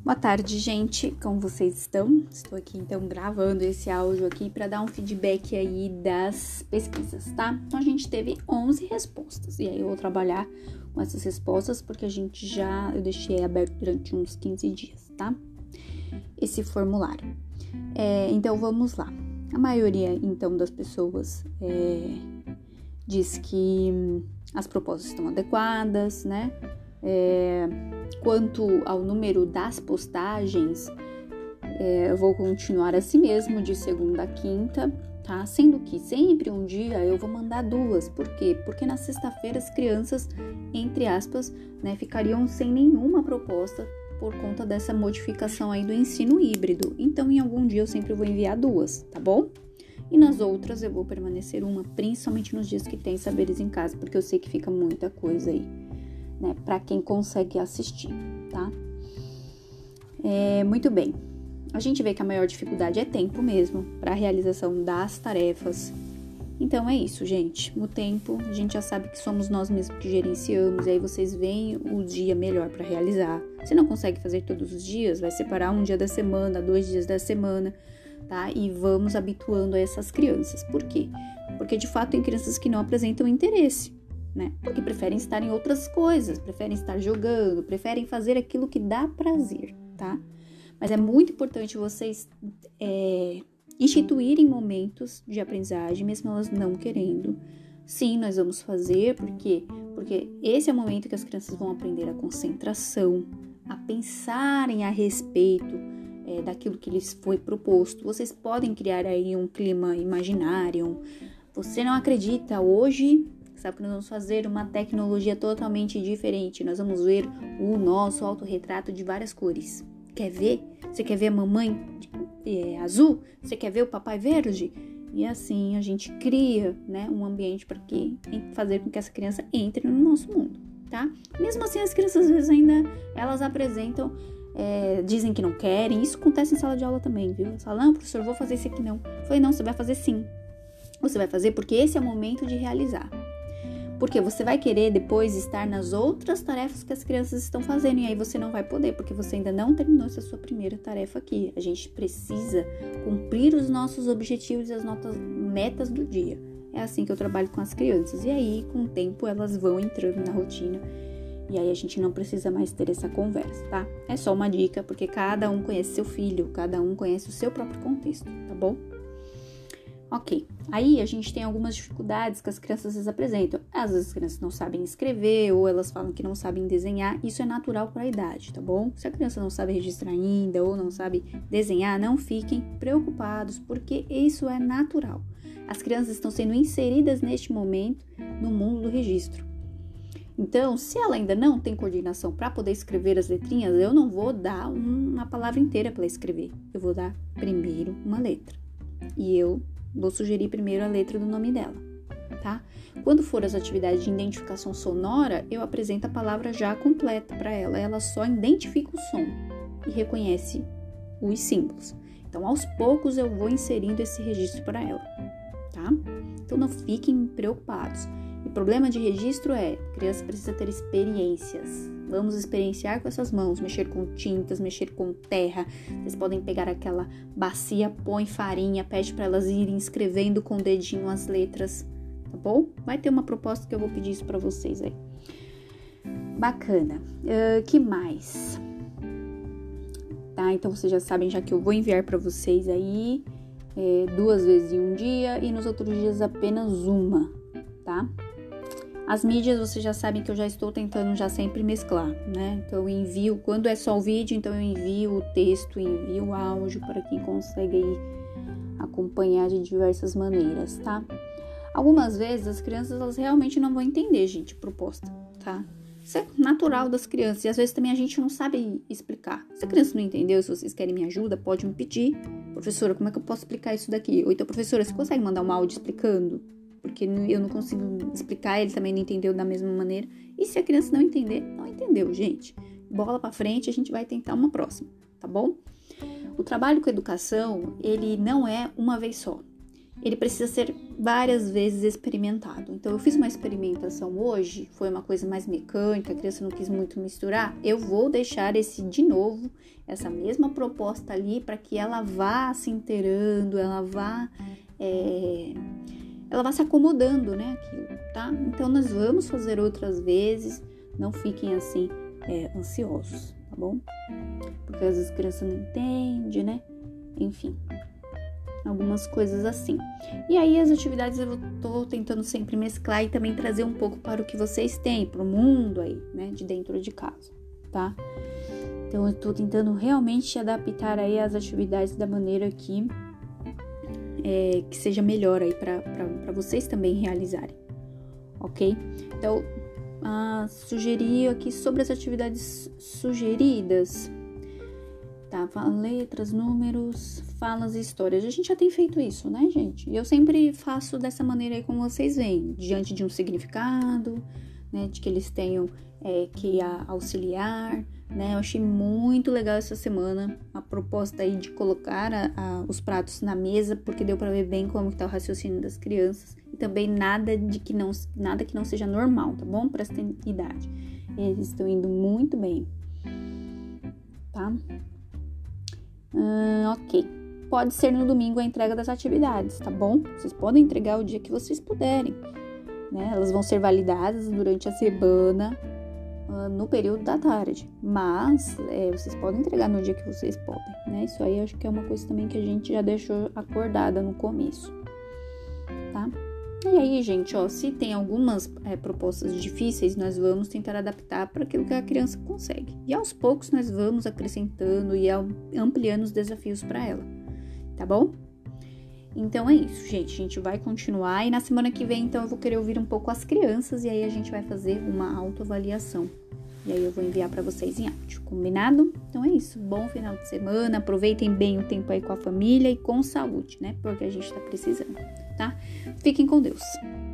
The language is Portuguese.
Boa tarde, gente. Como vocês estão? Estou aqui, então, gravando esse áudio aqui para dar um feedback aí das pesquisas, tá? Então, a gente teve 11 respostas. E aí, eu vou trabalhar com essas respostas porque eu deixei aberto durante uns 15 dias, tá? Esse formulário. Então, vamos lá. A maioria, então, das pessoas diz que as propostas estão adequadas, né? Quanto ao número das postagens, eu vou continuar assim mesmo, de segunda a quinta, tá? Sendo que sempre um dia eu vou mandar 2. Por quê? Porque na sexta-feira as crianças, entre aspas, né, ficariam sem nenhuma proposta por conta dessa modificação aí do ensino híbrido. Então, em algum dia eu sempre vou enviar 2, tá bom? E nas outras eu vou permanecer uma, principalmente nos dias que tem saberes em casa, porque eu sei que fica muita coisa aí, né, para quem consegue assistir, tá? Muito bem. A gente vê que a maior dificuldade é tempo mesmo para a realização das tarefas. Então é isso, gente. O tempo, a gente já sabe que somos nós mesmos que gerenciamos, e aí vocês veem o dia melhor para realizar. Se não consegue fazer todos os dias, vai separar um dia da semana, 2 dias da semana, tá? E vamos habituando a essas crianças. Por quê? Porque de fato tem crianças que não apresentam interesse, né? Porque preferem estar em outras coisas, preferem estar jogando, preferem fazer aquilo que dá prazer, tá? Mas é muito importante vocês instituírem momentos de aprendizagem, mesmo elas não querendo. Sim, nós vamos fazer, porque esse é o momento que as crianças vão aprender a concentração, a pensarem a respeito daquilo que lhes foi proposto. Vocês podem criar aí um clima imaginário. Você não acredita, hoje, sabe que nós vamos fazer uma tecnologia totalmente diferente. Nós vamos ver o nosso autorretrato de várias cores. Quer ver? Você quer ver a mamãe azul? Você quer ver o papai verde? E assim a gente cria, né, um ambiente para fazer com que essa criança entre no nosso mundo, tá? Mesmo assim, as crianças às vezes ainda elas apresentam, dizem que não querem. Isso acontece em sala de aula também, viu? Elas falam, não, professor, vou fazer isso aqui não. Eu falei, não, você vai fazer sim. Você vai fazer porque esse é o momento de realizar. Porque você vai querer depois estar nas outras tarefas que as crianças estão fazendo, e aí você não vai poder, porque você ainda não terminou essa sua primeira tarefa aqui. A gente precisa cumprir os nossos objetivos e as nossas metas do dia. É assim que eu trabalho com as crianças. E aí, com o tempo, elas vão entrando na rotina, e aí a gente não precisa mais ter essa conversa, tá? É só uma dica, porque cada um conhece seu filho, cada um conhece o seu próprio contexto, tá bom? Ok, aí a gente tem algumas dificuldades que as crianças às vezes apresentam. Às vezes as crianças não sabem escrever, ou elas falam que não sabem desenhar. Isso é natural para a idade, tá bom? Se a criança não sabe registrar ainda, ou não sabe desenhar, não fiquem preocupados, porque isso é natural. As crianças estão sendo inseridas neste momento no mundo do registro. Então, se ela ainda não tem coordenação para poder escrever as letrinhas, eu não vou dar uma palavra inteira para ela escrever. Eu vou dar primeiro uma letra. E eu vou sugerir primeiro a letra do nome dela, tá? Quando for as atividades de identificação sonora, eu apresento a palavra já completa para ela. Ela só identifica o som e reconhece os símbolos. Então, aos poucos, eu vou inserindo esse registro para ela, tá? Então, não fiquem preocupados. O problema de registro a criança precisa ter experiências. Vamos experienciar com essas mãos, mexer com tintas, mexer com terra. Vocês podem pegar aquela bacia, põe farinha, pede para elas irem escrevendo com o dedinho as letras, tá bom? Vai ter uma proposta que eu vou pedir isso para vocês aí. Bacana. Que mais? Tá, então vocês já sabem, já que eu vou enviar para vocês aí 2 vezes em um dia e nos outros dias apenas uma, tá? As mídias, vocês já sabem que eu já estou tentando já sempre mesclar, né? Então eu envio, quando é só o vídeo, então eu envio o texto, envio o áudio para quem consegue aí acompanhar de diversas maneiras, tá? Algumas vezes as crianças, elas realmente não vão entender, gente, proposta, tá? Isso é natural das crianças, e às vezes também a gente não sabe explicar. Se a criança não entendeu, se vocês querem minha ajuda, pode me pedir. Professora, como é que eu posso explicar isso daqui? Ou então, professora, você consegue mandar um áudio explicando? Porque eu não consigo explicar, ele também não entendeu da mesma maneira. E se a criança não entender, não entendeu, gente. Bola pra frente, a gente vai tentar uma próxima, tá bom? O trabalho com educação, ele não é uma vez só. ele precisa ser várias vezes experimentado. Então, eu fiz uma experimentação hoje, foi uma coisa mais mecânica, a criança não quis muito misturar, eu vou deixar essa mesma proposta ali, para que ela vá se inteirando, ela vá se acomodando, né, aquilo, tá? Então, nós vamos fazer outras vezes, não fiquem assim, ansiosos, tá bom? Porque às vezes a criança não entende, né? Enfim, algumas coisas assim. E aí as atividades eu tô tentando sempre mesclar e também trazer um pouco para o que vocês têm, para o mundo aí, né, de dentro de casa, tá? Então eu tô tentando realmente adaptar aí as atividades da maneira que seja melhor aí para vocês também realizarem, ok? Então, sugeri aqui sobre as atividades sugeridas, tá? Letras, números, falas e histórias. A gente já tem feito isso, né, gente? E eu sempre faço dessa maneira aí como vocês veem, diante de um significado, né, de que eles tenham que auxiliar, né? Eu achei muito legal essa semana a proposta aí de colocar os pratos na mesa, porque deu para ver bem como está o raciocínio das crianças, e também nada que não seja normal, tá bom? Para essa idade. Eles estão indo muito bem, tá? Ok. Pode ser no domingo a entrega das atividades, tá bom? Vocês podem entregar o dia que vocês puderem, né? Elas vão ser validadas durante a semana, no período da tarde, mas vocês podem entregar no dia que vocês podem, né? Isso aí eu acho que é uma coisa também que a gente já deixou acordada no começo, tá? E aí, gente, se tem algumas propostas difíceis, nós vamos tentar adaptar para aquilo que a criança consegue. E aos poucos nós vamos acrescentando e ampliando os desafios para ela, tá bom? Então é isso, gente. A gente vai continuar e na semana que vem, então, eu vou querer ouvir um pouco as crianças e aí a gente vai fazer uma autoavaliação. E aí eu vou enviar para vocês em áudio, combinado? Então é isso. Bom final de semana. Aproveitem bem o tempo aí com a família e com saúde, né? Porque a gente tá precisando, tá? Fiquem com Deus.